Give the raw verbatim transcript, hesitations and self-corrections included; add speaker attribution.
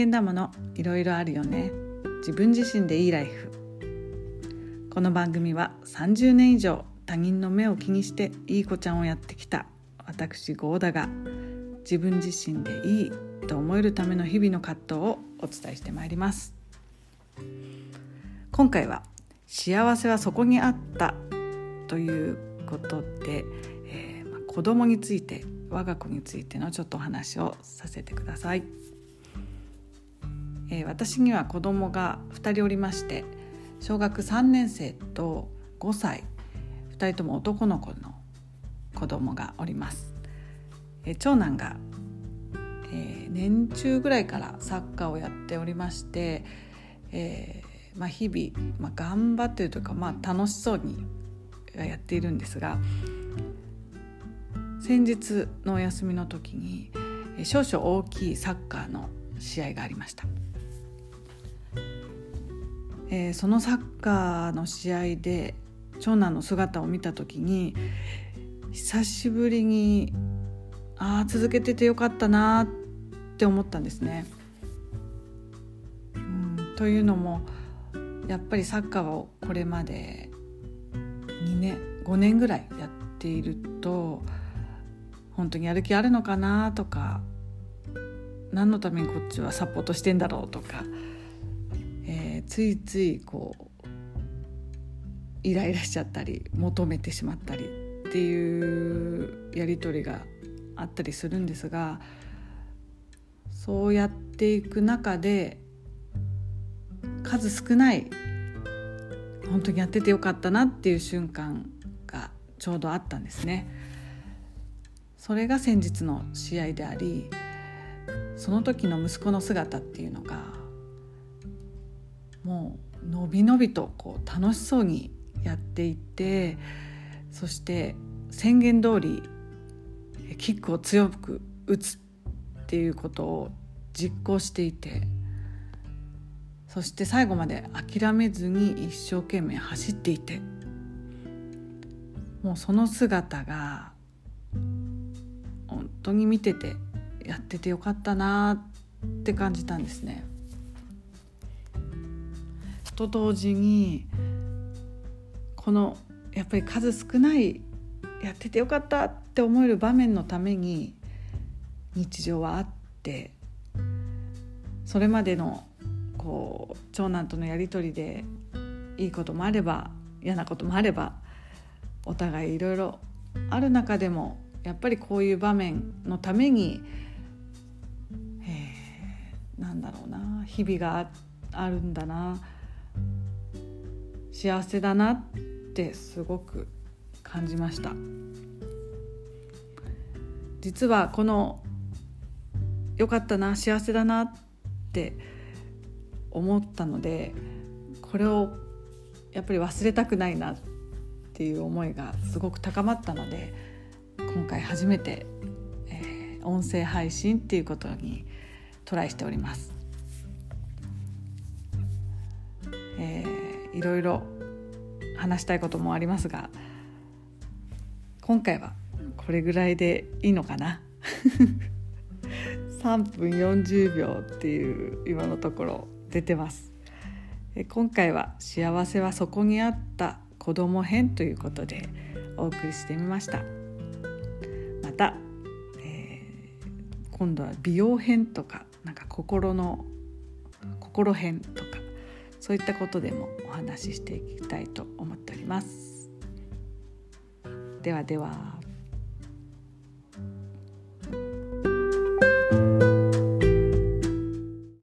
Speaker 1: 間だもの、いろいろあるよね。自分自身でいいライフ。この番組はさんじゅうねん以上他人の目を気にしていい子ちゃんをやってきた私ゴーダが、自分自身でいいと思えるための日々の葛藤をお伝えしてまいります。今回は幸せはそこにあったということで、えーまあ、子供について、我が子についてのちょっとお話をさせてください。えー、私には子供がふたりおりまして、小学さんねん生とごさい、ふたりとも男の子の子供がおります。えー、長男が、えー、年中ぐらいからサッカーをやっておりまして、えーまあ、日々、まあ、頑張っているというか、まあ、楽しそうにやっているんですが、先日のお休みの時に少々大きいサッカーの試合がありました。えー、そのサッカーの試合で長男の姿を見た時に、久しぶりにあ続けててよかったなって思ったんですね。うんというのも、やっぱりサッカーをこれまでにねんごねんぐらいやっていると、本当にやる気あるのかなとか、何のためにこっちはサポートしてんだろうとか、えー、ついついこうイライラしちゃったり求めてしまったりっていうやり取りがあったりするんですが、そうやっていく中で数少ない本当にやっててよかったなっていう瞬間がちょうどあったんですね。それが先日の試合であり、その時の息子の姿っていうのがもうのびのびとこう楽しそうにやっていて、そして宣言通りキックを強く打つっていうことを実行していて、そして最後まで諦めずに一生懸命走っていて、もうその姿が本当に見ててやっててよかったなって感じたんですね。と同時に、このやっぱり数少ないやっててよかったって思える場面のために日常はあって、それまでのこう長男とのやり取りでいいこともあれば嫌なこともあれば、お互いいろいろある中でも、やっぱりこういう場面のために、えー、なんだろうな日々が あ, あるんだな、幸せだなってすごく感じました。実はこのよかったな、幸せだなって思ったので、これをやっぱり忘れたくないなっていう思いがすごく高まったので、今回初めて、えー、音声配信っていうことにトライしております。えー、いろいろ話したいこともありますが、今回はこれぐらいでいいのかなさんぷんよんじゅうびょうっていう今のところ出てます。え今回は幸せはそこにあった子供編ということでお送りしてみました。また、えー、今度は美容編とか、なんか心の心編とか、そういったことでもお話ししていきたいと思っております。ではでは。